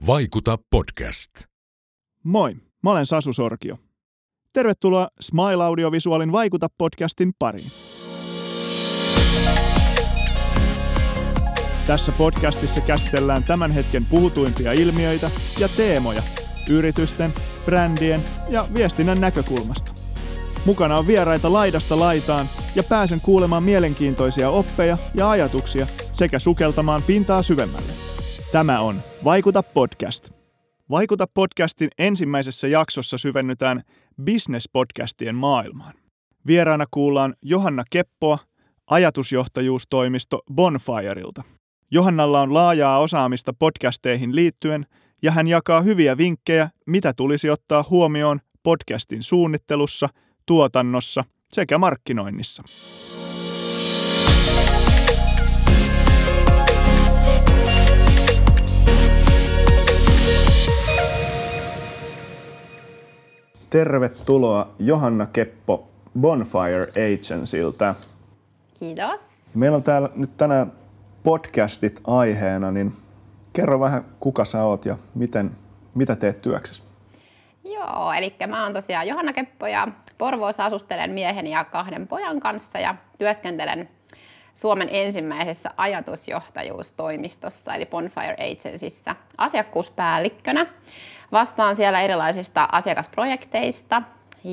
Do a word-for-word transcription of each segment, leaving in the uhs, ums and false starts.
Vaikuta podcast. Moi, mä olen Sasu Sorkio. Tervetuloa Smile Audiovisuaalin Vaikuta podcastin pariin. Tässä podcastissa käsitellään tämän hetken puhutuimpia ilmiöitä ja teemoja yritysten, brändien ja viestinnän näkökulmasta. Mukana on vieraita laidasta laitaan ja pääsen kuulemaan mielenkiintoisia oppeja ja ajatuksia sekä sukeltamaan pintaa syvemmälle. Tämä on Vaikuta podcast. Vaikuta podcastin ensimmäisessä jaksossa syvennytään business-podcastien maailmaan. Vieraana kuullaan Johanna Keppoa ajatusjohtajuustoimisto Bonfireilta. Johannalla on laajaa osaamista podcasteihin liittyen ja hän jakaa hyviä vinkkejä, mitä tulisi ottaa huomioon podcastin suunnittelussa, tuotannossa sekä markkinoinnissa. Tervetuloa Johanna Keppo Bonfire Agencyltä. Kiitos. Meillä on täällä nyt tänään podcastit aiheena, niin kerro vähän kuka sä oot ja miten, mitä teet työksessä? Joo, eli mä oon tosiaan Johanna Keppo ja Porvoossa asustelen mieheni ja kahden pojan kanssa ja työskentelen Suomen ensimmäisessä ajatusjohtajuustoimistossa eli Bonfire Agencyssä asiakkuuspäällikkönä. Vastaan siellä erilaisista asiakasprojekteista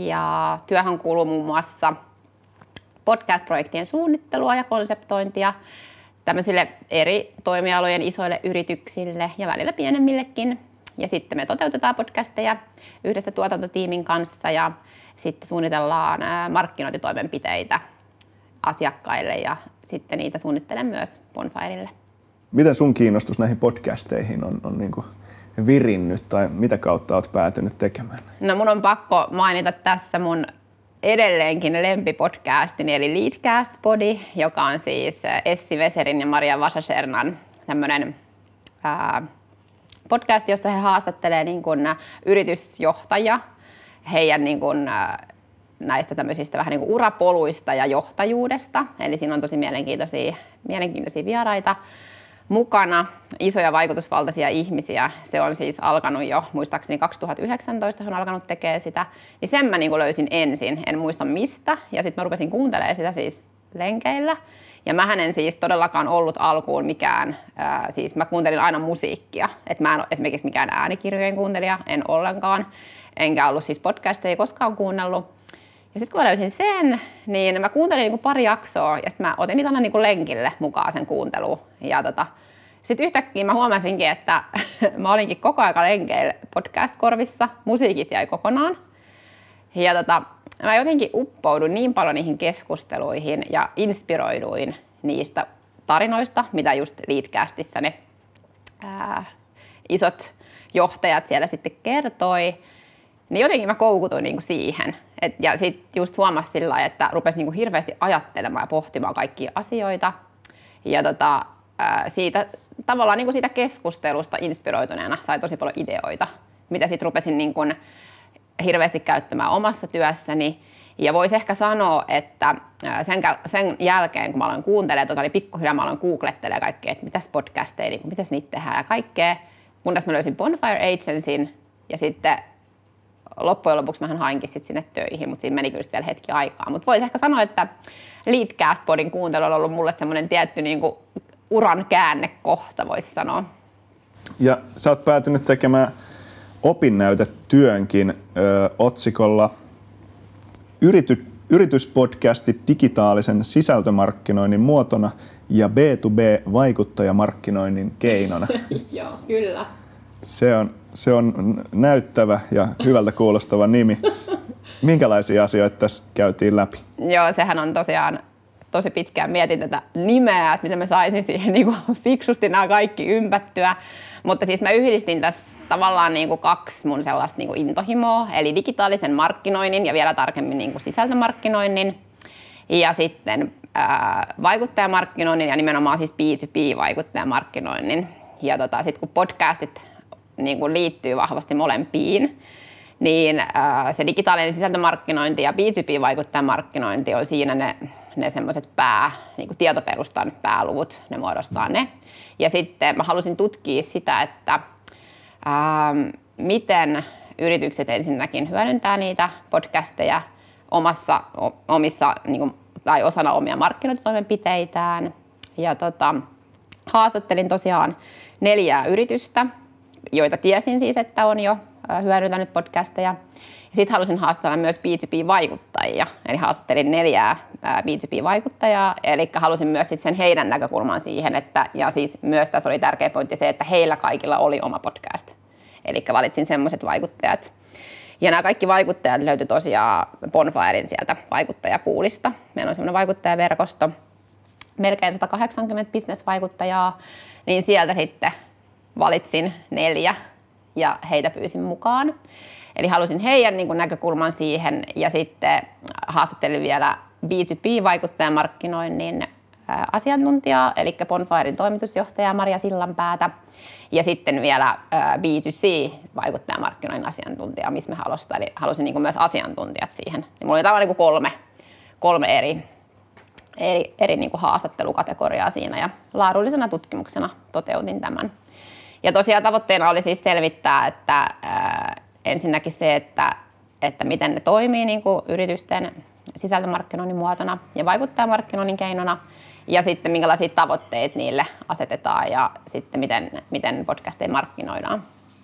ja työhön kuuluu muun muassa podcast-projektien suunnittelua ja konseptointia tämmöisille eri toimialojen isoille yrityksille ja välillä pienemmillekin. Ja sitten me toteutetaan podcasteja yhdessä tuotantotiimin kanssa ja sitten suunnitellaan markkinointitoimenpiteitä asiakkaille ja sitten niitä suunnittelen myös Bonfirelle. Miten sun kiinnostus näihin podcasteihin on, on niin kuin virinnyt tai mitä kautta olet päätynyt tekemään? No mun on pakko mainita tässä mun edelleenkin lempipodcastini eli Leadcast Body, joka on siis Essi Weserin ja Maria Vasasernan tämmönen ää, podcast, jossa he haastattelee niin kuin yritysjohtajia heidän niin kuin, näistä tämmöisistä vähän niin kuin urapoluista ja johtajuudesta. Eli siinä on tosi mielenkiintoisia, mielenkiintoisia vieraita mukana, isoja vaikutusvaltaisia ihmisiä. Se on siis alkanut jo, muistaakseni kaksituhattayhdeksäntoista on alkanut tekemään sitä. Niin sen mä niin kuin löysin ensin, en muista mistä. Ja sitten mä rupesin kuuntelemaan sitä siis lenkeillä. Ja mähän en siis todellakaan ollut alkuun mikään, ää, siis mä kuuntelin aina musiikkia. Että mä en ole esimerkiksi mikään äänikirjojen kuuntelija, en ollenkaan. Enkä ollut siis podcasteja koskaan kuunnellut. Ja sitten kun mä löysin sen, niin mä kuuntelin niinku pari jaksoa ja sitten mä otin niitä aina niinku lenkille mukaan sen kuunteluun. Ja tota, sitten yhtäkkiä mä huomasinkin, että mä olinkin koko ajan lenkeillä podcast-korvissa, musiikit jäi kokonaan. Ja tota, mä jotenkin uppoudun niin paljon niihin keskusteluihin ja inspiroiduin niistä tarinoista, mitä just Leadcastissa ne ää, isot johtajat siellä sitten kertoi. Niin jotenkin mä koukutuin niinku siihen. Et, ja sitten just huomasin sillä lailla, että rupesi niinku hirveästi ajattelemaan ja pohtimaan kaikkia asioita. Ja tota, ää, siitä, tavallaan niinku siitä keskustelusta inspiroituneena sai tosi paljon ideoita, mitä sitten rupesin niinku hirveästi käyttämään omassa työssäni. Ja voisi ehkä sanoa, että sen, sen jälkeen, kun mä aloin kuuntelemaan, tota, niin pikkuhiljaa mä aloin googlettelemaan kaikkea, että mitäs podcasteja, niin mitäs niitä tehdään ja kaikkea. Kunnes mä löysin Bonfire Agencyn ja sitten loppujen lopuksi mähän hainkin sit sinne töihin, mutta siinä meni kyllä vielä hetki aikaa. Mutta voisi ehkä sanoa, että Leadcast Podin kuuntelu on ollut mulle semmoinen tietty niinku uran käännekohta, voisi sanoa. Ja sä oot päätynyt tekemään opinnäytetyönkin ö, otsikolla Yrity, Yrityspodcastit digitaalisen sisältömarkkinoinnin muotona ja B to B-vaikuttajamarkkinoinnin keinona. Joo, kyllä. Se on, se on näyttävä ja hyvältä kuulostava nimi. Minkälaisia asioita tässä käytiin läpi? Joo, sehän on tosiaan tosi pitkään mietin tätä nimeä, että miten mä saisin siihen niin kuin fiksusti nämä kaikki ympättyä. Mutta siis mä yhdistin tässä tavallaan niin kuin kaksi mun sellaista niin kuin intohimoa, eli digitaalisen markkinoinnin ja vielä tarkemmin niin kuin sisältömarkkinoinnin ja sitten ää, vaikuttajamarkkinoinnin ja nimenomaan siis B to B-vaikuttajamarkkinoinnin. Ja tota, sitten kun podcastit niin kuin liittyy vahvasti molempiin, niin ää, se digitaalinen sisältömarkkinointi ja B to B-vaikuttajamarkkinointi on siinä ne, ne semmoiset pää, niin kuin tietoperustan pääluvut, ne muodostaa ne. Ja sitten mä halusin tutkia sitä, että ähm, miten yritykset ensinnäkin hyödyntää niitä podcasteja omassa, omissa, niin kuin, tai osana omia markkinointitoimenpiteitään. Ja tota, haastattelin tosiaan neljää yritystä, joita tiesin siis, että on jo hyödyntänyt podcasteja. Sitten halusin haastatella myös B two B-vaikuttajia, eli haastattelin neljää B two B-vaikuttajaa, eli halusin myös sit sen heidän näkökulman siihen, että, ja siis myös tässä oli tärkeä pointti se, että heillä kaikilla oli oma podcast. Eli valitsin semmoiset vaikuttajat. Ja nämä kaikki vaikuttajat löytyi tosiaan Bonfiren sieltä vaikuttajapuulista. Meillä on semmoinen vaikuttajaverkosto, melkein sata kahdeksankymmentä business-vaikuttajaa, niin sieltä sitten valitsin neljä ja heitä pyysin mukaan. Eli halusin heidän niin kuin näkökulman siihen ja sitten haastattelin vielä B two B-vaikuttajamarkkinoinnin asiantuntijaa, eli Bonfiren toimitusjohtaja Maria Sillanpäätä, ja sitten vielä B two C-vaikuttajamarkkinoinnin asiantuntija, missä me halusin, eli halusin niin kuin myös asiantuntijat siihen. Ja mulla oli tavallaan niin kuin kolme, kolme eri, eri, eri niin kuin haastattelukategoriaa siinä, ja laadullisena tutkimuksena toteutin tämän. Ja tosiaan tavoitteena oli siis selvittää, että ää, ensinnäkin se, että, että miten ne toimii niin kuin yritysten sisältömarkkinoinnin muotona ja vaikuttajamarkkinoinnin keinona, ja sitten minkälaisia tavoitteita niille asetetaan ja sitten miten, miten podcasteja markkinoidaan.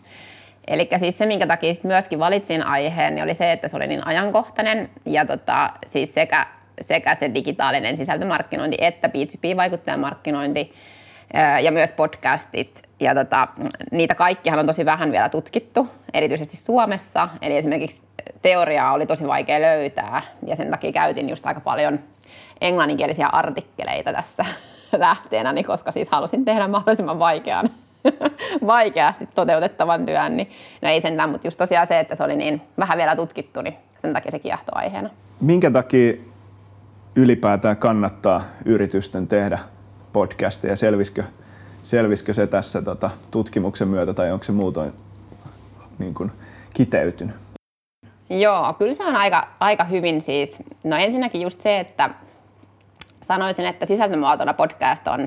Eli siis se, minkä takia myöskin valitsin aiheen, niin oli se, että se oli niin ajankohtainen ja tota, siis sekä, sekä se digitaalinen sisältömarkkinointi että B two B-vaikuttajamarkkinointi ja myös podcastit. Ja tota, niitä kaikkihan on tosi vähän vielä tutkittu, erityisesti Suomessa. Eli esimerkiksi teoriaa oli tosi vaikea löytää ja sen takia käytin just aika paljon englanninkielisiä artikkeleita tässä lähteenä, koska siis halusin tehdä mahdollisimman vaikean, vaikeasti toteutettavan työn. Niin, no ei sentään, mutta just tosiaan se, että se oli niin vähän vielä tutkittu, niin sen takia se kiehtoi aiheena. Minkä takia ylipäätään kannattaa yritysten tehdä podcasteja? Selvisikö, selvisikö se tässä tota, tutkimuksen myötä tai onko se muutoin niin kuin kiteytynyt? Joo, kyllä se on aika, aika hyvin siis. No ensinnäkin just se, että sanoisin, että sisältömuotona podcast on,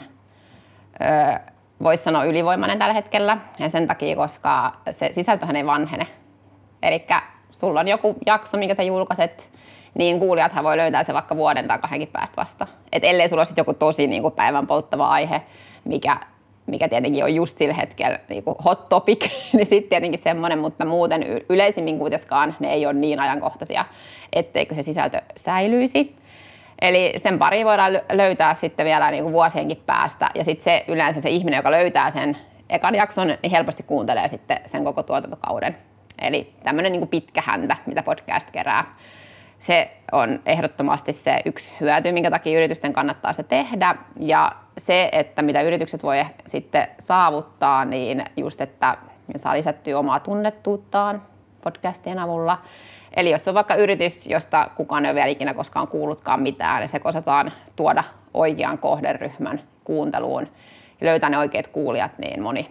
öö, voisi sanoa ylivoimainen tällä hetkellä. Ja sen takia, koska se sisältöhän ei vanhene. Elikkä sulla on joku jakso, minkä sä julkaiset, niin kuulijathan voi löytää se vaikka vuoden tai kahdenkin päästä vasta. Et ellei sulla ole sit joku tosi niin kuin päivän polttava aihe, mikä, mikä tietenkin on just sillä hetkellä niin kuin hot topic, niin sitten tietenkin semmoinen, mutta muuten yleisimmin kuitenkaan ne ei ole niin ajankohtaisia, etteikö se sisältö säilyisi. Eli sen pari voidaan löytää sitten vielä niin kuin vuosienkin päästä, ja sitten se yleensä se ihminen, joka löytää sen ekan jakson, niin helposti kuuntelee sitten sen koko tuotantokauden. Eli tämmöinen niin kuin pitkä häntä, mitä podcast kerää. Se on ehdottomasti se yksi hyöty, minkä takia yritysten kannattaa se tehdä. Ja se, että mitä yritykset voi sitten saavuttaa, niin just, että saa lisättyä omaa tunnettuuttaan podcastien avulla. Eli jos on vaikka yritys, josta kukaan ei ole vielä ikinä koskaan kuullutkaan mitään, niin se osataan tuoda oikean kohderyhmän kuunteluun ja löytää ne oikeat kuulijat, niin moni,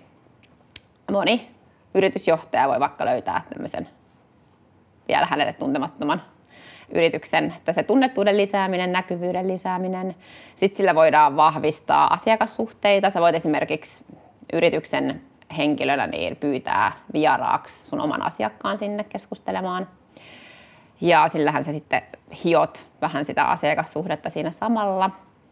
moni yritysjohtaja voi vaikka löytää tämmöisen vielä hänelle tuntemattoman yrityksen, että se tunnettuuden lisääminen, näkyvyyden lisääminen. Sitten sillä voidaan vahvistaa asiakassuhteita. Sä voit esimerkiksi yrityksen henkilönä niin pyytää vieraaksi sun oman asiakkaan sinne keskustelemaan. Ja sillähän sä sitten hiot vähän sitä asiakassuhdetta siinä samalla.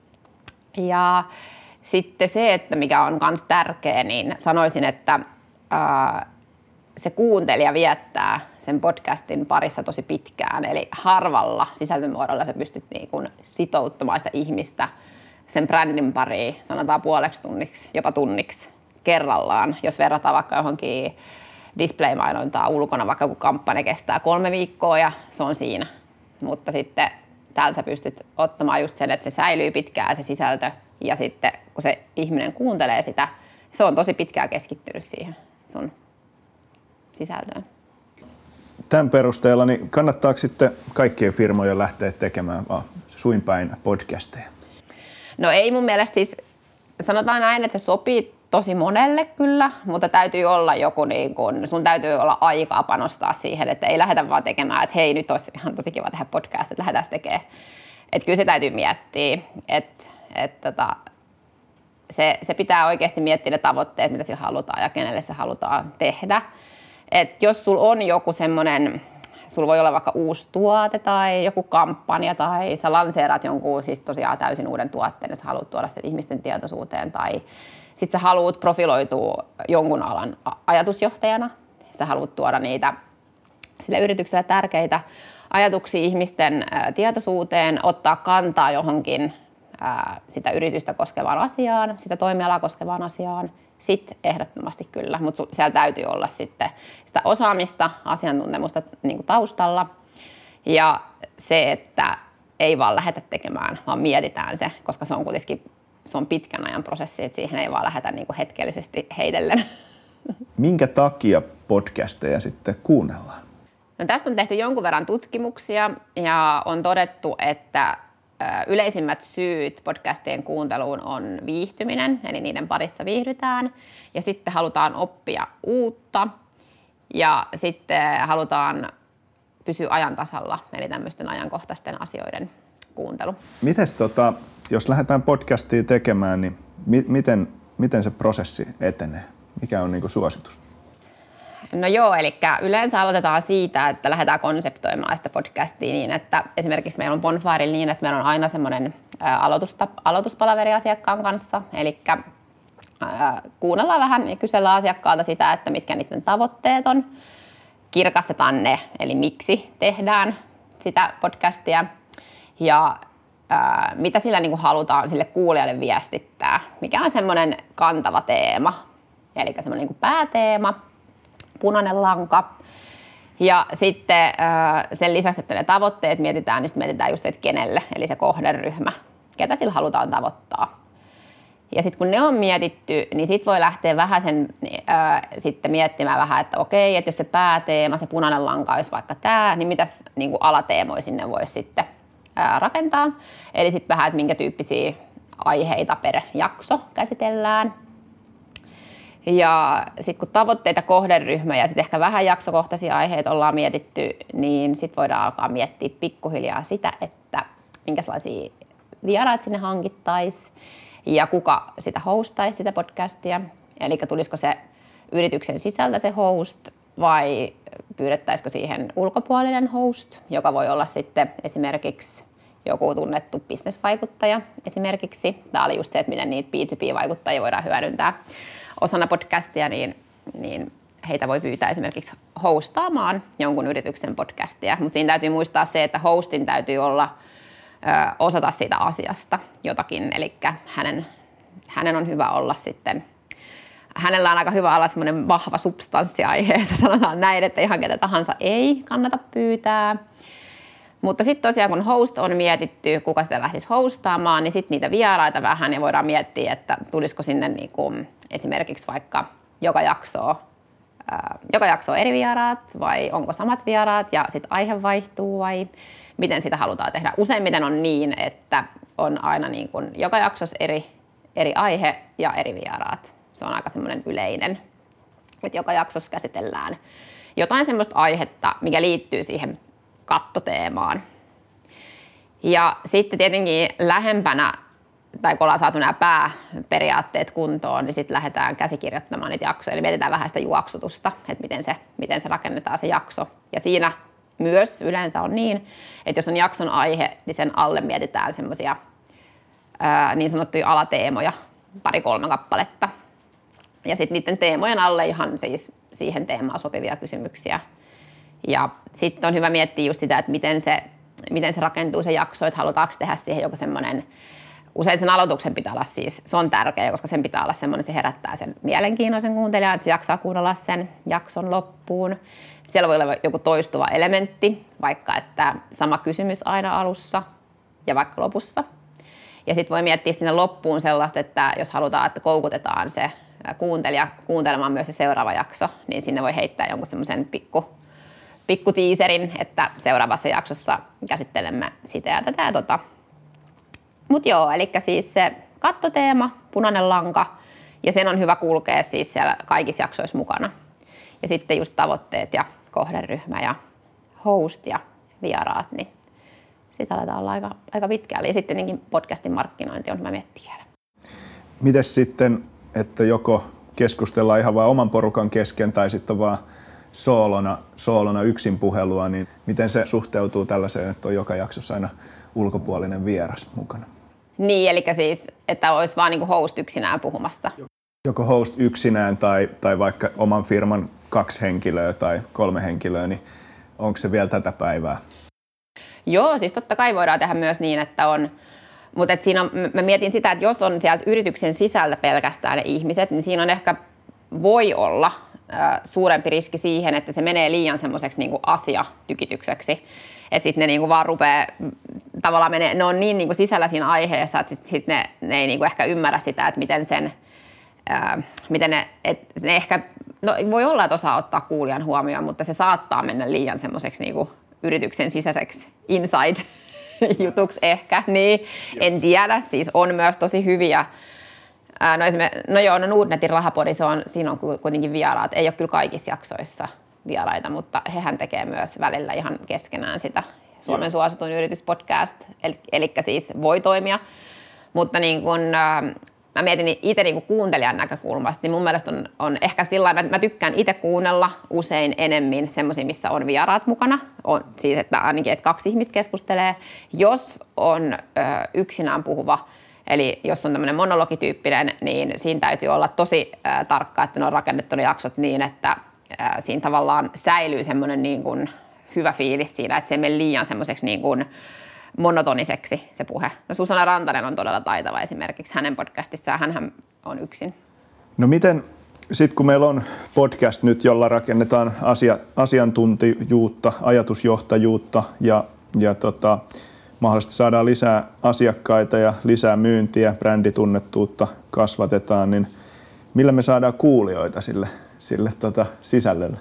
Ja sitten se, että mikä on myös tärkeä, niin sanoisin, että ää, se kuuntelija viettää sen podcastin parissa tosi pitkään. Eli harvalla sisältömuodolla sä pystyt niin kuin sitouttamaan sitä ihmistä sen brändin pariin, sanotaan puoleksi tunniksi, jopa tunniksi kerrallaan. Jos verrataan vaikka johonkin display-mainontaa ulkona, vaikka kun kampanja kestää kolme viikkoa ja se on siinä. Mutta sitten täällä sä pystyt ottamaan just sen, että se säilyy pitkään se sisältö ja sitten kun se ihminen kuuntelee sitä, se on tosi pitkään keskittynyt siihen sun sisältöön. Tämän perusteella niin kannattaako sitten kaikkien firmojen lähteä tekemään vaan suin päin podcasteja? No ei mun mielestä siis, sanotaan näin, että se sopii tosi monelle kyllä, mutta täytyy olla joku, niin kun, sun täytyy olla aikaa panostaa siihen, että ei lähdetä vaan tekemään, että hei nyt olisi ihan tosi kiva tehdä podcast, että lähdetään tekemään. Että kyllä se täytyy miettiä, että, että, että se, se pitää oikeasti miettiä ne tavoitteet, mitä sillä halutaan ja kenelle se halutaan tehdä. Et jos sulla on joku semmoinen, sulla voi olla vaikka uusi tuote tai joku kampanja tai sä lanseeraat jonkun siis tosiaan täysin uuden tuotteen ja sä haluat tuoda sen ihmisten tietoisuuteen tai sit sä haluat profiloitua jonkun alan ajatusjohtajana. Sä haluat tuoda niitä sille yritykselle tärkeitä ajatuksia ihmisten ää, tietoisuuteen, ottaa kantaa johonkin ää, sitä yritystä koskevaan asiaan, sitä toimialaa koskevaan asiaan. Sitten ehdottomasti kyllä, mutta siellä täytyy olla sitten sitä osaamista, asiantuntemusta niin kuin taustalla ja se, että ei vaan lähdetä tekemään, vaan mietitään se, koska se on kuitenkin se on pitkän ajan prosessi, että siihen ei vaan lähdetä niin kuin hetkellisesti heitellen. Minkä takia podcasteja sitten kuunnellaan? No, tästä on tehty jonkun verran tutkimuksia ja on todettu, että yleisimmät syyt podcastien kuunteluun on viihtyminen, eli niiden parissa viihdytään, ja sitten halutaan oppia uutta, ja sitten halutaan pysyä ajan tasalla, eli tämmöisten ajankohtaisten asioiden kuuntelu. Mites tota, jos lähdetään podcastia tekemään, niin mi- miten, miten se prosessi etenee? Mikä on niinku suositus? No joo, eli yleensä aloitetaan siitä, että lähdetään konseptoimaan sitä podcastia niin, että esimerkiksi meillä on Bonfirella niin, että meillä on aina semmoinen aloituspalaveri asiakkaan kanssa, eli kuunnellaan vähän ja kysellään asiakkaalta sitä, että mitkä niiden tavoitteet on, kirkastetaan ne, eli miksi tehdään sitä podcastia ja ää, mitä sillä niin kuin halutaan sille kuulijalle viestittää, mikä on semmoinen kantava teema, eli semmoinen niin kuin pääteema, punainen lanka. Ja sitten sen lisäksi, että ne tavoitteet mietitään, niin sitten mietitään just, että kenelle, eli se kohderyhmä, ketä sillä halutaan tavoittaa. Ja sitten kun ne on mietitty, niin sitten voi lähteä vähän sen, äh, sitten miettimään vähän, että okei, että jos se pääteema, se punainen lanka olisi vaikka tämä, niin mitäs niin kuin alateemoja sinne voisi sitten äh, rakentaa. Eli sitten vähän, että minkä tyyppisiä aiheita per jakso käsitellään. Ja sitten kun tavoitteita, kohderyhmä ja sitten ehkä vähän jaksokohtaisia aiheita ollaan mietitty, niin sitten voidaan alkaa miettiä pikkuhiljaa sitä, että minkälaisia vieraita sinne hankittaisiin ja kuka sitä hostaisi sitä podcastia. Eli tulisiko se yrityksen sisältä se host vai pyydettäisikö siihen ulkopuolinen host, joka voi olla sitten esimerkiksi joku tunnettu business-vaikuttaja esimerkiksi. Tämä oli just se, että miten niitä B two B-vaikuttajia voidaan hyödyntää osana podcastia, niin, niin heitä voi pyytää esimerkiksi hostaamaan jonkun yrityksen podcastia. Mutta siinä täytyy muistaa se, että hostin täytyy olla, ö, osata siitä asiasta jotakin. Eli hänen, hänen on hyvä olla sitten, hänellä on aika hyvä olla semmoinen vahva substanssi aiheessa, sanotaan näin, että ihan ketä tahansa ei kannata pyytää. Mutta sitten tosiaan, kun host on mietitty, kuka sitä lähtisi hostaamaan, niin sitten niitä vieraita vähän ja voidaan miettiä, että tulisiko sinne niinku esimerkiksi vaikka joka jaksoa, ää, joka jaksoa eri vieraat vai onko samat vieraat ja sitten aihe vaihtuu vai miten sitä halutaan tehdä. Useimmiten on niin, että on aina niin kuin joka jaksossa eri, eri aihe ja eri vieraat. Se on aika semmoinen yleinen, että joka jaksossa käsitellään jotain semmoista aihetta, mikä liittyy siihen kattoteemaan. Ja sitten tietenkin lähempänä, tai kun ollaan saatu nämä pääperiaatteet kuntoon, niin sitten lähdetään käsikirjoittamaan niitä jaksoja. Eli mietitään vähän sitä juoksutusta, että miten se, miten se rakennetaan se jakso. Ja siinä myös yleensä on niin, että jos on jakson aihe, niin sen alle mietitään semmoisia niin sanottuja alateemoja, pari-kolme kappaletta. Ja sitten niiden teemojen alle ihan siis siihen teemaan sopivia kysymyksiä. Ja sitten on hyvä miettiä just sitä, että miten se, miten se rakentuu se jakso, että halutaanko tehdä siihen joku semmoinen, usein sen aloituksen pitää olla siis, se on tärkeä, koska sen pitää olla semmoinen, että se herättää sen mielenkiintoisen kuuntelijan, että se jaksaa kuunnella sen jakson loppuun. Siellä voi olla joku toistuva elementti, vaikka että sama kysymys aina alussa ja vaikka lopussa. Ja sitten voi miettiä sinne loppuun sellaista, että jos halutaan, että koukutetaan se kuuntelija kuuntelemaan myös se seuraava jakso, niin sinne voi heittää jonkun semmoisen pikku pikku tiiserin, että seuraavassa jaksossa käsittelemme sitä ja tätä ja tota. Mut joo, eli siis se kattoteema, punainen lanka, ja sen on hyvä kulkea siis siellä kaikissa jaksoissa mukana. Ja sitten just tavoitteet ja kohderyhmä ja host ja vieraat, niin sitä aletaan olla aika, aika pitkällä. Ja sitten podcastin markkinointi on hyvä miettiä. Mites sitten, että joko keskustellaan ihan vaan oman porukan kesken tai sitten vaan soolona, soolona yksin puhelua, niin miten se suhteutuu tällaiseen, että on joka jaksossa aina ulkopuolinen vieras mukana? Niin, eli siis, että olisi vaan niinku host yksinään puhumassa. Joko host yksinään tai, tai vaikka oman firman kaksi henkilöä tai kolme henkilöä, niin onko se vielä tätä päivää? Joo, siis totta kai voidaan tehdä myös niin, että on, mutta et siinä on, mä mietin sitä, että jos on sieltä yrityksen sisältä pelkästään ne ihmiset, niin siinä on ehkä, voi olla äh, suurempi riski siihen, että se menee liian semmoiseksi niinku asiatykitykseksi. Että sitten ne niinku vaan rupeaa, tavallaan menee, ne on niin niinku sisällä siinä aiheessa, että sitten sit ne, ne ei niinku ehkä ymmärrä sitä, että miten sen, ää, miten ne, et ne ehkä, no voi olla, että osaa ottaa kuulijan huomioon, mutta se saattaa mennä liian semmoiseksi niinku yrityksen sisäiseksi inside-jutuksi ehkä, niin en tiedä, siis on myös tosi hyviä. Ää, no, no joo, no Nordnetin rahapodi, se on, siinä on kuitenkin vieraat, ei ole kyllä kaikissa jaksoissa vieraita, mutta hehän tekee myös välillä ihan keskenään sitä Suomen suosituin yrityspodcast, eli, eli siis voi toimia, mutta niin kun, äh, mä mietin itse niin kun kuuntelijan näkökulmasta, niin mun mielestä on, on ehkä sillä lailla, mä tykkään itse kuunnella usein enemmän semmoisia, missä on vieraat mukana, on, siis että ainakin että kaksi ihmistä keskustelee, jos on äh, yksinään puhuva, eli jos on tämmöinen monologityyppinen, niin siinä täytyy olla tosi äh, tarkka, että ne on rakennettu ne jaksot niin, että siinä tavallaan säilyy semmoinen niin kuin hyvä fiilis siinä, että se ei mene liian semmoiseksi niin kuin monotoniseksi se puhe. No Susanna Rantanen on todella taitava esimerkiksi hänen podcastissaan, hänhän on yksin. No miten sitten kun meillä on podcast nyt, jolla rakennetaan asia, asiantuntijuutta, ajatusjohtajuutta ja, ja tota, mahdollisesti saadaan lisää asiakkaita ja lisää myyntiä, bränditunnettuutta kasvatetaan, niin millä me saadaan kuulijoita sille, sille tota sisällölle?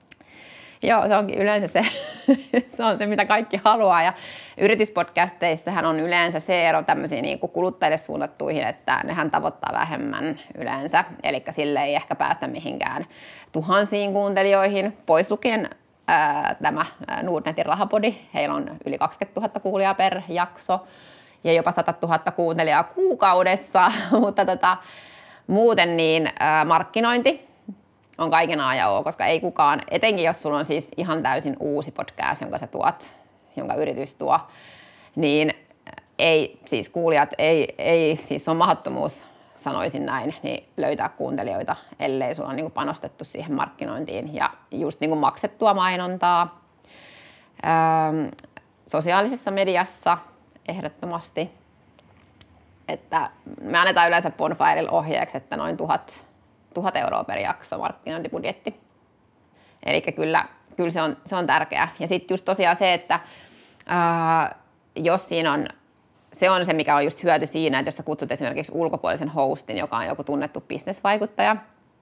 Joo, se onkin yleensä se, se, on se, mitä kaikki haluaa. Ja yrityspodcasteissahan on yleensä se ero tämmöisiin niin kuin kuluttajille suunnattuihin, että nehän tavoittaa vähemmän yleensä. Eli sille ei ehkä päästä mihinkään tuhansiin kuuntelijoihin. Pois lukien ää, tämä Nordnetin rahapodi. Heillä on yli kaksikymmentätuhatta kuulijaa per jakso ja jopa sata tuhatta kuuntelijaa kuukaudessa. Mutta tota, muuten niin ää, markkinointi on kaiken A ja O, koska ei kukaan, etenkin jos sulla on siis ihan täysin uusi podcast, jonka sä tuot, jonka yritys tuo, niin ei, siis kuulijat, ei, ei siis on mahdottomuus, sanoisin näin, niin löytää kuuntelijoita, ellei sulla on niin kuin panostettu siihen markkinointiin ja just niin kuin maksettua mainontaa. Öö, sosiaalisessa mediassa ehdottomasti, että me annetaan yleensä Bonfirella ohjeeksi, että noin tuhat tuhat euroa per jakso markkinointibudjetti. Eli kyllä, kyllä se, on, se on tärkeää. Ja sitten just tosiaan se, että ää, jos siinä on, se on se, mikä on just hyöty siinä, että jos sä kutsut esimerkiksi ulkopuolisen hostin, joka on joku tunnettu bisnesvaikuttaja,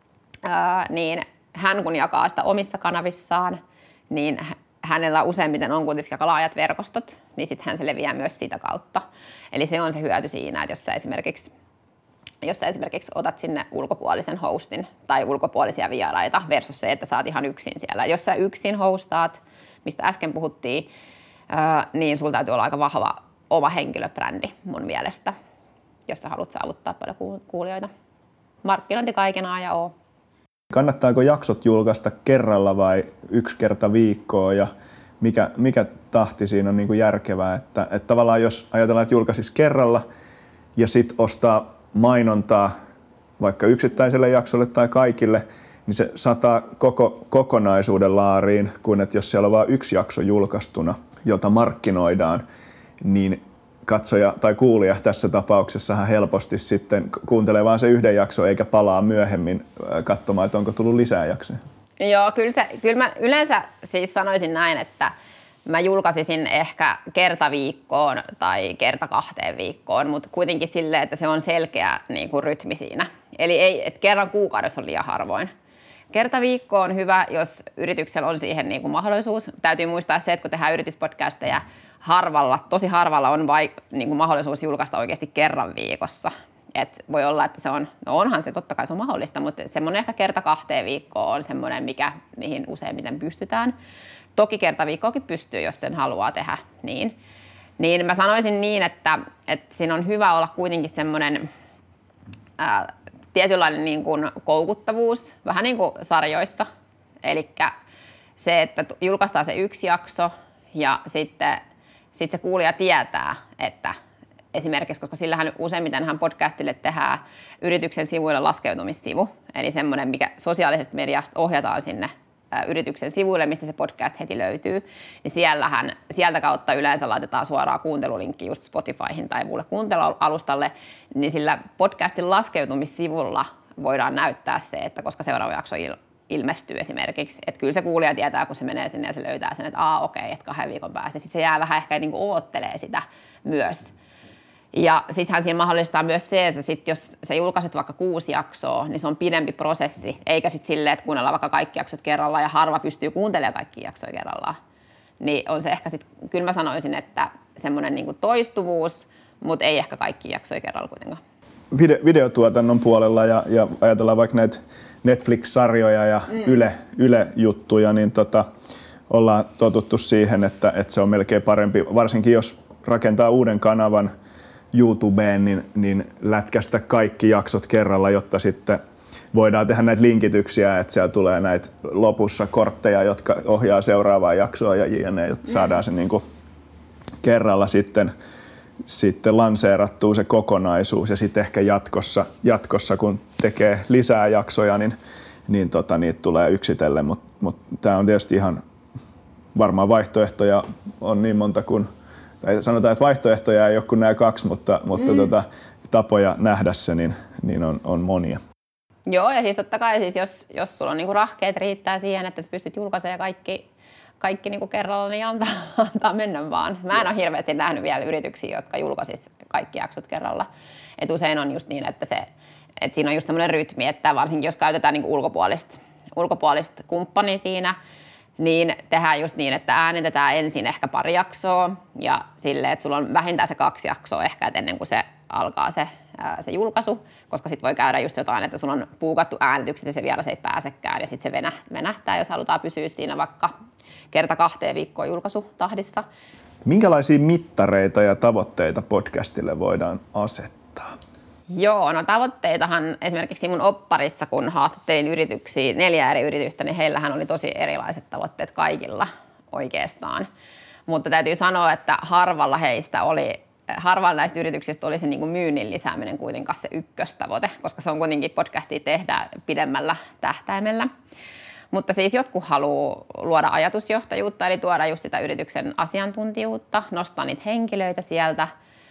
ää, niin hän kun jakaa sitä omissa kanavissaan, niin hänellä useimmiten on kuitenkin aika laajat verkostot, niin sitten hän se leviää myös sitä kautta. Eli se on se hyöty siinä, että jos sä esimerkiksi jos sä esimerkiksi otat sinne ulkopuolisen hostin tai ulkopuolisia vieraita versus se, että sä oot ihan yksin siellä. Jos sä yksin hostaat, mistä äsken puhuttiin, niin sulla täytyy olla aika vahva oma henkilöbrändi mun mielestä, jos sä haluat saavuttaa paljon kuulijoita. Markkinointi kaiken A ja O. Kannattaako jaksot julkaista kerralla vai yksi kerta viikkoa ja mikä, mikä tahti siinä on niin kuin järkevää? Että, että tavallaan jos ajatellaan, että julkaisisi kerralla ja sit ostaa mainontaa vaikka yksittäiselle jaksolle tai kaikille, niin se sataa koko kokonaisuuden laariin, kuin että jos siellä on vain yksi jakso julkaistuna, jota markkinoidaan, niin katsoja tai kuulija tässä tapauksessa helposti sitten kuuntelee vain se yhden jakson eikä palaa myöhemmin katsomaan, että onko tullut lisää jaksoja. Joo, kyllä, se, kyllä mä yleensä siis sanoisin näin, että mä julkaisisin ehkä kerta viikkoon tai kerta kahteen viikkoon, mutta kuitenkin silleen, että se on selkeä niin kuin rytmi siinä. Eli ei, että kerran kuukaudessa on liian harvoin. Kerta viikko on hyvä, jos yrityksellä on siihen niin kuin mahdollisuus. Täytyy muistaa se, että kun tehdään yrityspodcasteja harvalla, tosi harvalla on vai, niin kuin mahdollisuus julkaista oikeasti kerran viikossa. Et voi olla, että se on, no onhan se, totta kai se on mahdollista, mutta semmoinen ehkä kerta kahteen viikkoon on semmoinen, mikä, mihin useimmiten pystytään. Toki kerta viikkoakin pystyy, jos sen haluaa tehdä niin. Niin mä sanoisin niin, että, että siinä on hyvä olla kuitenkin semmoinen ää, tietynlainen niin kuin koukuttavuus, vähän niin kuin sarjoissa. Eli se, että julkaistaan se yksi jakso ja sitten sit se kuulija tietää, että esimerkiksi, koska sillähän useimmitenhan podcastille tehdään yrityksen sivuille laskeutumissivu, eli semmoinen, mikä sosiaalisesta mediasta ohjataan sinne yrityksen sivuille, mistä se podcast heti löytyy, niin siellähän, sieltä kautta yleensä laitetaan suoraan kuuntelulinkki just Spotifyhin tai muulle kuuntelualustalle, niin sillä podcastin laskeutumissivulla voidaan näyttää se, että koska seuraava jakso il- ilmestyy esimerkiksi, että kyllä se kuulija tietää, kun se menee sinne ja se löytää sen, että aa okei, okay, että kahden viikon päästä, sitten se jää vähän ehkä niin kuin oottelee sitä myös. Ja sittenhän siinä mahdollistaa myös se, että sit jos sä julkaiset vaikka kuusi jaksoa, niin se on pidempi prosessi, eikä sitten silleen, että kuunnellaan vaikka kaikki jaksot kerrallaan ja harva pystyy kuuntelemaan kaikki jaksoja kerrallaan. Niin on se ehkä sitten, kyllä mä sanoisin, että semmoinen niinku toistuvuus, mutta ei ehkä kaikki jaksoja kerralla kuitenkaan. Vide- videotuotannon puolella ja, ja ajatellaan vaikka näitä Netflix-sarjoja ja mm. Yle, Yle-juttuja, niin tota, ollaan totuttu siihen, että, että se on melkein parempi, varsinkin jos rakentaa uuden kanavan YouTubeen, niin, niin lätkästä kaikki jaksot kerralla, jotta sitten voidaan tehdä näitä linkityksiä, että siellä tulee näitä lopussa kortteja, jotka ohjaa seuraavaa jaksoa ja jne, jotta saadaan se niin kuin kerralla sitten, sitten lanseerattua se kokonaisuus ja sitten ehkä jatkossa, jatkossa kun tekee lisää jaksoja, niin, niin tota, niitä tulee yksitellen, mutta mut tämä on tietysti ihan varmaan vaihtoehtoja on niin monta kuin tai sanotaan, että vaihtoehtoja ei ole kuin nämä kaksi, mutta, mutta mm. tota, tapoja nähdä se niin, niin on, on monia. Joo, ja siis totta kai siis jos, jos sulla on niinku rahkeet riittää siihen, että sä pystyt julkaisemaan kaikki, kaikki niinku kerralla, niin antaa, antaa mennä vaan. Mä en ole hirveästi nähnyt vielä yrityksiä, jotka julkaisis kaikki jaksot kerralla. Et usein on just niin, että, se, että siinä on just semmoinen rytmi, että varsinkin jos käytetään niinku ulkopuolista, ulkopuolista kumppania siinä, niin tehdään just niin, että äänitetään ensin ehkä pari jaksoa ja silleen, että sulla on vähintään se kaksi jaksoa ehkä ennen kuin se alkaa se, ää, se julkaisu, koska sitten voi käydä just jotain, että sulla on puukattu äänitykset ja se vieras ei pääsekään ja sitten se venähtää, jos halutaan pysyä siinä vaikka kerta kahteen viikkoon julkaisutahdissa. Minkälaisia mittareita ja tavoitteita podcastille voidaan asettaa? Joo, no tavoitteitahan esimerkiksi mun opparissa, kun haastattelin yrityksiä, neljä eri yritystä, niin heillähän oli tosi erilaiset tavoitteet kaikilla oikeastaan. Mutta täytyy sanoa, että harvalla heistä oli, harvalla näistä yrityksistä oli se niin kuin myynnin lisääminen kuitenkaan se ykköstavoite, koska se on kuitenkin podcastia tehdä pidemmällä tähtäimellä. Mutta siis jotkut haluaa luoda ajatusjohtajuutta, eli tuoda just sitä yrityksen asiantuntijuutta, nostaa niitä henkilöitä sieltä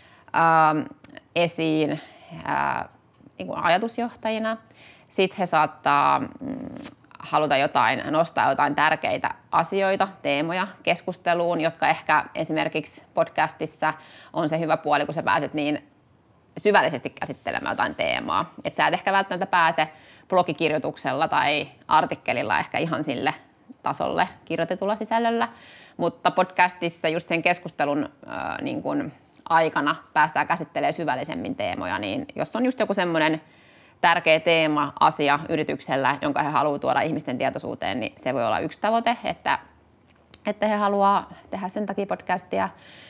ähm, esiin, Ää, niin kuin ajatusjohtajina. Sitten he saattaa mm, haluta jotain, nostaa jotain tärkeitä asioita, teemoja keskusteluun, jotka ehkä esimerkiksi podcastissa on se hyvä puoli, kun sä pääset niin syvällisesti käsittelemään jotain teemaa. Et sä et ehkä välttämättä pääse blogikirjoituksella tai artikkelilla ehkä ihan sille tasolle kirjoitetulla sisällöllä, mutta podcastissa just sen keskustelun ää, niin kuin aikana päästään käsittelemään syvällisemmin teemoja, niin jos on just joku semmoinen tärkeä teema, asia yrityksellä, jonka he haluavat tuoda ihmisten tietoisuuteen, niin se voi olla yksi tavoite, että, että he haluaa tehdä sen takia podcastia.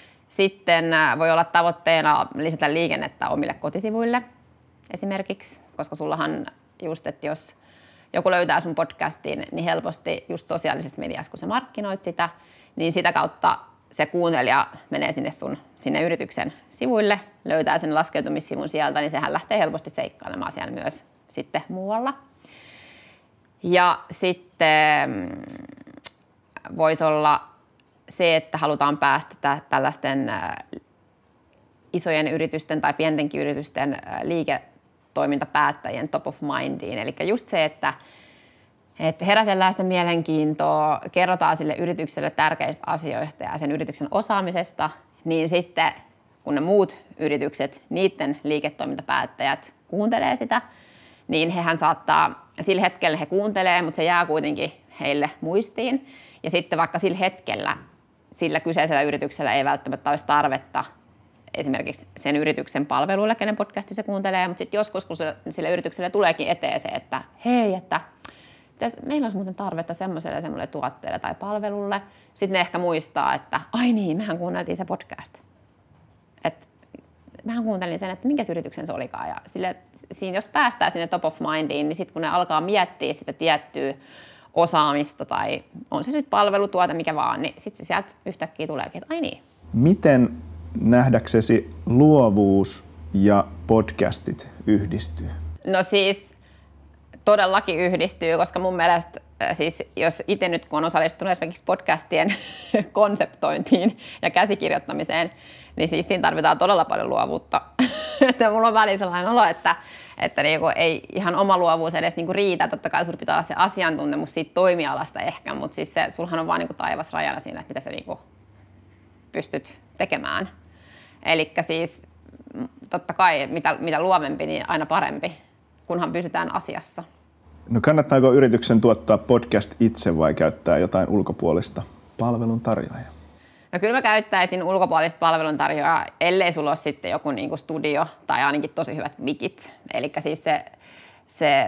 Sitten voi olla tavoitteena lisätä liikennettä omille kotisivuille esimerkiksi, koska sullahan just, että jos joku löytää sun podcastin, niin helposti just sosiaalisessa mediassa, kun sä markkinoit sitä, niin sitä kautta se kuuntelija menee sinne sun sinne yrityksen sivuille, löytää sen laskeutumissivun sieltä, niin sehän lähtee helposti seikkailemaan siellä myös sitten muualla. Ja sitten voisi olla se, että halutaan päästä tällaisten isojen yritysten tai pientenkin yritysten liiketoimintapäättäjien top of mindiin. Eli just se, että Että herätellään sitä mielenkiintoa, kerrotaan sille yritykselle tärkeistä asioista ja sen yrityksen osaamisesta, niin sitten kun ne muut yritykset, niiden liiketoimintapäättäjät kuuntelee sitä, niin hehän saattaa, sillä hetkellä he kuuntelee, mutta se jää kuitenkin heille muistiin. Ja sitten vaikka sillä hetkellä, sillä kyseisellä yrityksellä ei välttämättä olisi tarvetta esimerkiksi sen yrityksen palveluille, kenen podcasti se kuuntelee, mutta sitten joskus, kun se, sille yritykselle tuleekin eteen se, että hei, että meillä olisi muuten tarvetta semmoiselle semmoiselle tuotteelle tai palvelulle. Sitten ne ehkä muistaa, että ai niin, mehän kuunneltiin se podcast. Et mähän kuuntelin sen, että minkä yrityksen se olikaan. Ja sille, siinä, jos päästään sinne top of mindiin, niin sitten kun ne alkaa miettiä sitä tiettyä osaamista tai on se sitten palvelutuote, mikä vaan, niin sitten sieltä yhtäkkiä tuleekin, että ai niin. Miten nähdäksesi luovuus ja podcastit yhdistyy? No siis todellakin yhdistyy, koska mun mielestä siis jos itse nyt kun on osallistunut esimerkiksi podcastien konseptointiin ja käsikirjoittamiseen, niin siis siinä tarvitaan todella paljon luovuutta. Että mulla on väliin sellainen olo, että, että niinku ei ihan oma luovuus edes niinku riitä. Totta kai sulla pitää olla se asiantuntemus siitä toimialasta ehkä, mutta siis se, sulhan on vaan niinku taivas rajana siinä, että mitä sä niinku pystyt tekemään. Elikkä siis totta kai mitä, mitä luovempi, niin aina parempi, kunhan pysytään asiassa. No kannattaako yrityksen tuottaa podcast itse vai käyttää jotain ulkopuolista palveluntarjoajaa? No kyllä mä käyttäisin ulkopuolista palveluntarjoajaa, ellei sulla ole sitten joku niinku studio tai ainakin tosi hyvät mikit. Eli siis se, se,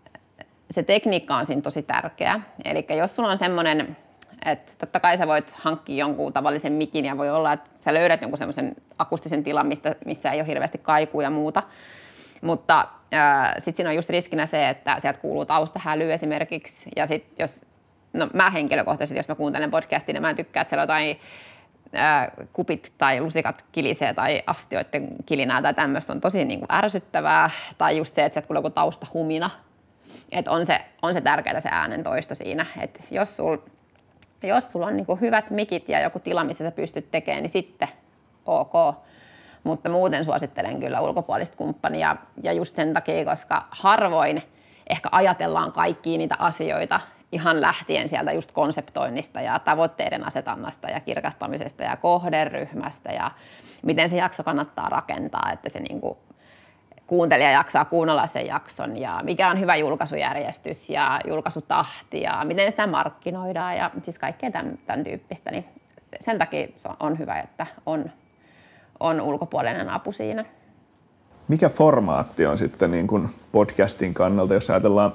se tekniikka on siinä tosi tärkeä. Eli jos sulla on semmoinen, että totta kai sä voit hankkia jonkun tavallisen mikin ja voi olla, että sä löydät jonkun semmoisen akustisen tilan, mistä, missä ei ole hirveästi kaikua ja muuta. Mutta äh, sitten siinä on just riskinä se, että sieltä kuuluu taustahäly esimerkiksi. Ja sitten jos, no mä henkilökohtaisesti, jos mä kuuntelen podcastia, niin mä en tykkää, että siellä jotain äh, kupit tai lusikat kilisee tai astioiden kilinää tai tämmöistä on tosi niin kuin ärsyttävää. Tai just se, että sieltä kuuluu joku taustahumina. Että on se, on se tärkeää se äänen toisto siinä. Että jos sul, jos sulla on niin kuin hyvät mikit ja joku tila, missä sä pystyt tekemään, niin sitten ok. Mutta muuten suosittelen kyllä ulkopuolista kumppania ja just sen takia, koska harvoin ehkä ajatellaan kaikkia niitä asioita ihan lähtien sieltä just konseptoinnista ja tavoitteiden asetannasta ja kirkastamisesta ja kohderyhmästä ja miten se jakso kannattaa rakentaa, että se niinku kuuntelija jaksaa kuunnella sen jakson ja mikä on hyvä julkaisujärjestys ja julkaisutahti ja miten sitä markkinoidaan ja siis kaikkea tämän, tämän tyyppistä. Niin sen takia se on hyvä, että on on ulkopuolinen apu siinä. Mikä formaatti on sitten niin kuin podcastin kannalta, jos ajatellaan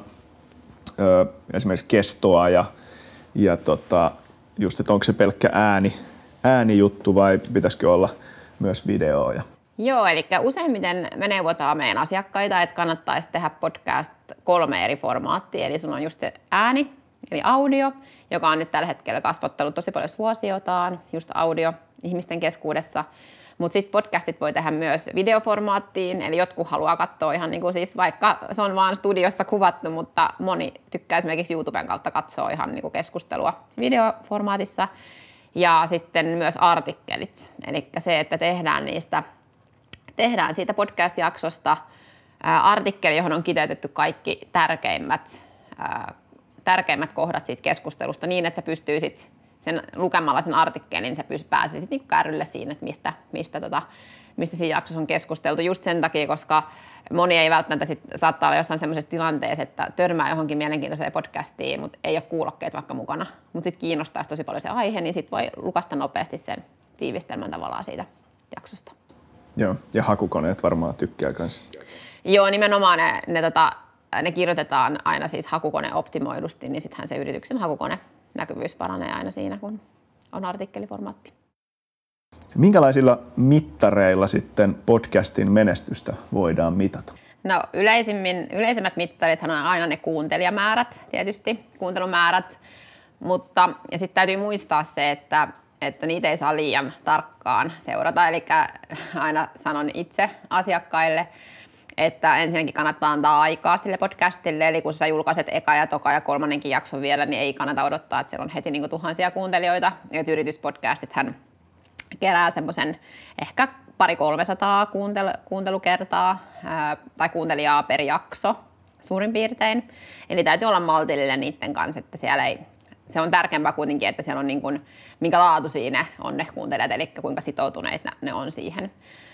ö, esimerkiksi kestoa ja, ja tota, just, että onko se pelkkä ääni, äänijuttu vai pitäisikö olla myös videoa? Ja... Joo, eli useimmiten me neuvotaan meidän asiakkaita, että kannattaisi tehdä podcast kolme eri formaattia. Eli sun on just se ääni, eli audio, joka on nyt tällä hetkellä kasvattanut tosi paljon suosiotaan, just audio ihmisten keskuudessa. Mutta sitten podcastit voi tehdä myös videoformaattiin, eli jotkut haluaa katsoa ihan niin kuin siis, vaikka se on vaan studiossa kuvattu, mutta moni tykkää esimerkiksi YouTuben kautta katsoa ihan niin kuin keskustelua videoformaatissa. Ja sitten myös artikkelit, eli se, että tehdään, niistä, tehdään siitä podcast-jaksosta ää, artikkeli, johon on kiteytetty kaikki tärkeimmät, ää, tärkeimmät kohdat siitä keskustelusta niin, että sä pystyisit sen lukemalla sen artikkelin, niin sä pääsisit niinku kärrylle siinä, että mistä, mistä, tota, mistä siinä jaksossa on keskusteltu. Just sen takia, koska moni ei välttämättä sit, saattaa olla jossain semmoisessa tilanteessa, että törmää johonkin mielenkiintoiseen podcastiin, mutta ei ole kuulokkeet vaikka mukana. Mutta sitten kiinnostaisi tosi paljon se aihe, niin sitten voi lukasta nopeasti sen tiivistelmän tavallaan siitä jaksosta. Joo, ja hakukoneet varmaan tykkää kanssa. Joo, nimenomaan ne, ne, tota, ne kirjoitetaan aina siis hakukone optimoidusti, niin sittenhän se yrityksen hakukone näkyvyys paranee aina siinä, kun on artikkeliformaatti. Minkälaisilla mittareilla sitten podcastin menestystä voidaan mitata? No yleisimmin, yleisimmät mittarithan on aina ne kuuntelijamäärät tietysti, kuuntelumäärät, mutta ja sitten täytyy muistaa se, että, että niitä ei saa liian tarkkaan seurata, eli aina sanon itse asiakkaille, että ensinnäkin kannattaa antaa aikaa sille podcastille, eli kun sä julkaiset eka ja toka ja kolmannenkin jakson vielä, niin ei kannata odottaa, että siellä on heti niin kuin tuhansia kuuntelijoita. Et yrityspodcastithan kerää semmoisen ehkä pari kolmesataa kuuntel- kuuntelukertaa ää, tai kuuntelijaa per jakso suurin piirtein. Eli täytyy olla maltillinen niiden kanssa, että siellä ei, se on tärkeämpää kuitenkin, että siellä on niin kuin, minkä laatu siinä on ne kuuntelijat, eli kuinka sitoutuneet ne on siihen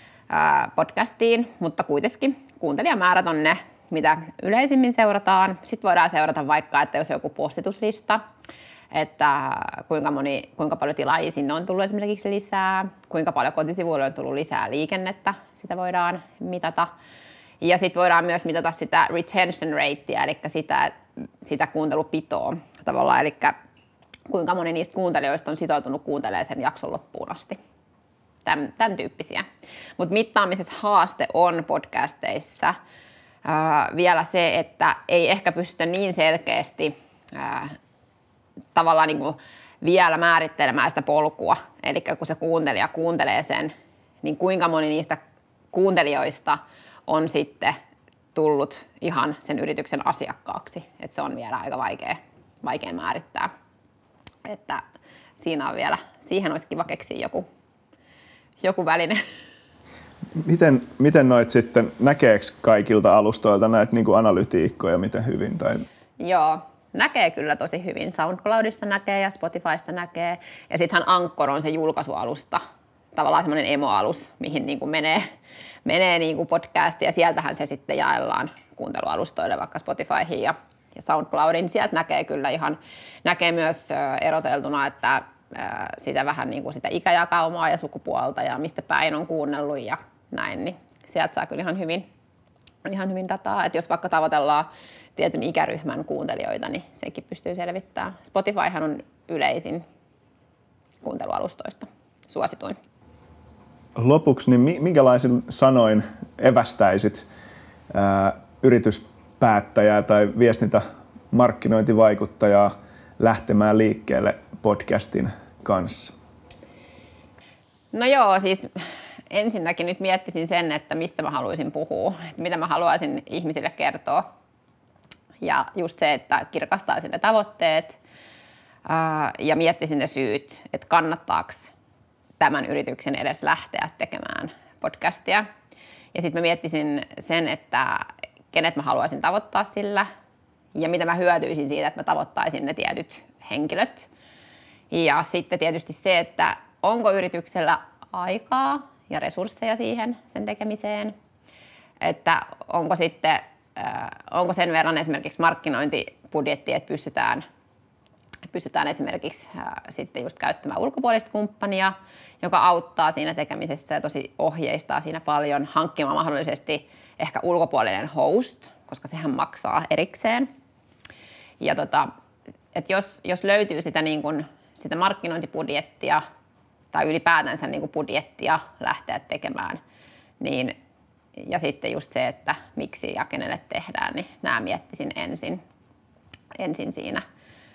podcastiin, mutta kuitenkin kuuntelijamäärät on ne, mitä yleisimmin seurataan. Sitten voidaan seurata vaikka, että jos on joku postituslista, että kuinka, moni, kuinka paljon tilaajia sinne on tullut esimerkiksi lisää, kuinka paljon kotisivuille on tullut lisää liikennettä, sitä voidaan mitata. Ja sitten voidaan myös mitata sitä retention ratea, eli sitä, sitä kuuntelupitoa tavallaan, eli kuinka moni niistä kuuntelijoista on sitoutunut kuuntelemaan sen jakson loppuun asti. tämän, tämän tyyppisiä. Mutta mittaamisessa haaste on podcasteissa ää, vielä se, että ei ehkä pystytä niin selkeästi ää, tavallaan niin kuin vielä määrittelemään sitä polkua. Eli kun se kuuntelija kuuntelee sen, niin kuinka moni niistä kuuntelijoista on sitten tullut ihan sen yrityksen asiakkaaksi. Että se on vielä aika vaikea, vaikea määrittää. Että siinä on vielä, siihen olisi kiva keksiä joku, joku väline. Miten, miten noit sitten, näkeekö kaikilta alustoilta näitä niin kuin analytiikkoja miten hyvin? Tai... Joo, näkee kyllä tosi hyvin. SoundCloudista näkee ja Spotifysta näkee. Ja sittenhän Anchor on se julkaisualusta, tavallaan semmoinen emoalus, mihin niin kuin menee, menee niin kuin podcasti ja sieltähän se sitten jaellaan kuuntelualustoille, vaikka Spotifyhin ja, ja SoundCloudin. Sieltä näkee kyllä ihan, näkee myös eroteltuna, että sitä vähän niin kuin sitä ikäjakaumaa ja sukupuolta ja mistä päin on kuunnellut ja näin, niin sieltä saa kyllä ihan hyvin, ihan hyvin dataa. Että jos vaikka tavoitellaan tietyn ikäryhmän kuuntelijoita, niin sekin pystyy selvittämään. Spotifyhan on yleisin kuuntelualustoista, suosituin. Lopuksi, niin minkälaisin sanoin evästäisit ää, yrityspäättäjää tai viestintämarkkinointivaikuttajaa lähtemään liikkeelle podcastin kanssa? No joo, siis ensinnäkin nyt miettisin sen, että mistä mä haluaisin puhua, että mitä mä haluaisin ihmisille kertoa. Ja just se, että kirkastaisin ne tavoitteet ää, ja miettisin ne syyt, että kannattaako tämän yrityksen edes lähteä tekemään podcastia. Ja sitten mä miettisin sen, että kenet mä haluaisin tavoittaa sillä ja mitä mä hyötyisin siitä, että mä tavoittaisin ne tietyt henkilöt. Ja sitten tietysti se, että onko yrityksellä aikaa ja resursseja siihen sen tekemiseen, että onko sitten äh, onko sen verran esimerkiksi markkinointibudjetti, että pystytään, pystytään esimerkiksi äh, sitten just käyttämään ulkopuolista kumppania, joka auttaa siinä tekemisessä ja tosi ohjeistaa siinä paljon, hankkimaan mahdollisesti ehkä ulkopuolinen host, koska sehän maksaa erikseen. Ja tota, että jos, jos löytyy sitä, niin kun, sitä markkinointibudjettia tai ylipäätänsä niin kun budjettia lähteä tekemään, niin, ja sitten just se, että miksi ja kenelle tehdään, niin nämä miettisin ensin, ensin siinä.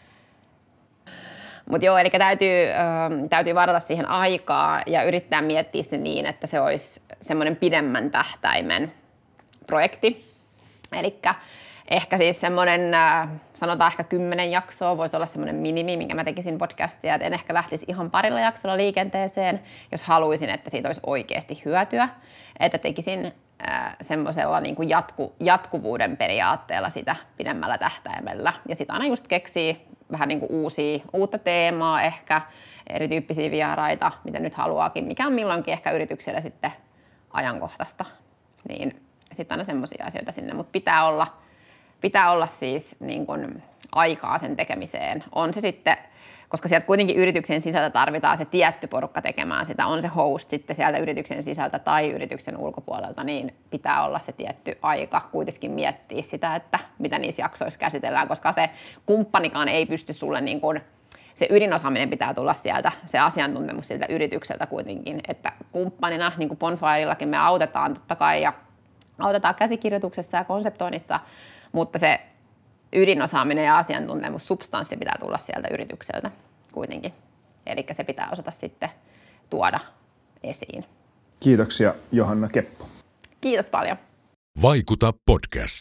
Mutta joo, eli täytyy, äh, täytyy varata siihen aikaa ja yrittää miettiä se niin, että se olisi semmoinen pidemmän tähtäimen projekti. Elikkä ehkä siis semmoinen, sanotaan ehkä kymmenen jaksoa voisi olla semmoinen minimi, minkä mä tekisin podcastia, että en ehkä lähtisi ihan parilla jaksolla liikenteeseen, jos haluaisin, että siitä olisi oikeasti hyötyä, että tekisin äh, semmoisella niin kuin jatku, jatkuvuuden periaatteella sitä pidemmällä tähtäimellä ja sitten aina just keksii vähän niin kuin uusia, uutta teemaa ehkä, erityyppisiä vieraita, mitä nyt haluaakin, mikä on milloinkin ehkä yritykselle sitten ajankohtaista, niin sitten aina semmoisia asioita sinne, mutta pitää olla Pitää olla siis niin kuin aikaa sen tekemiseen. On se sitten, koska sieltä kuitenkin yrityksen sisältä tarvitaan se tietty porukka tekemään sitä, on se host sitten sieltä yrityksen sisältä tai yrityksen ulkopuolelta, niin pitää olla se tietty aika kuitenkin miettiä sitä, että mitä niissä jaksoissa käsitellään, koska se kumppanikaan ei pysty sulle, niin kuin, se ydinosaaminen pitää tulla sieltä, se asiantuntemus siltä yritykseltä kuitenkin, että kumppanina, niin kuin Bonfirellakin me autetaan totta kai ja autetaan käsikirjoituksessa ja konseptoinnissa, mutta se ydinosaaminen ja asiantuntemus, substanssi pitää tulla sieltä yritykseltä kuitenkin. Eli se pitää osata sitten tuoda esiin. Kiitoksia Johanna Keppo. Kiitos paljon. Vaikuta podcast.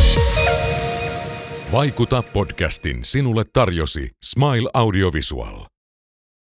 Vaikuta podcastin sinulle tarjosi Smile Audiovisual.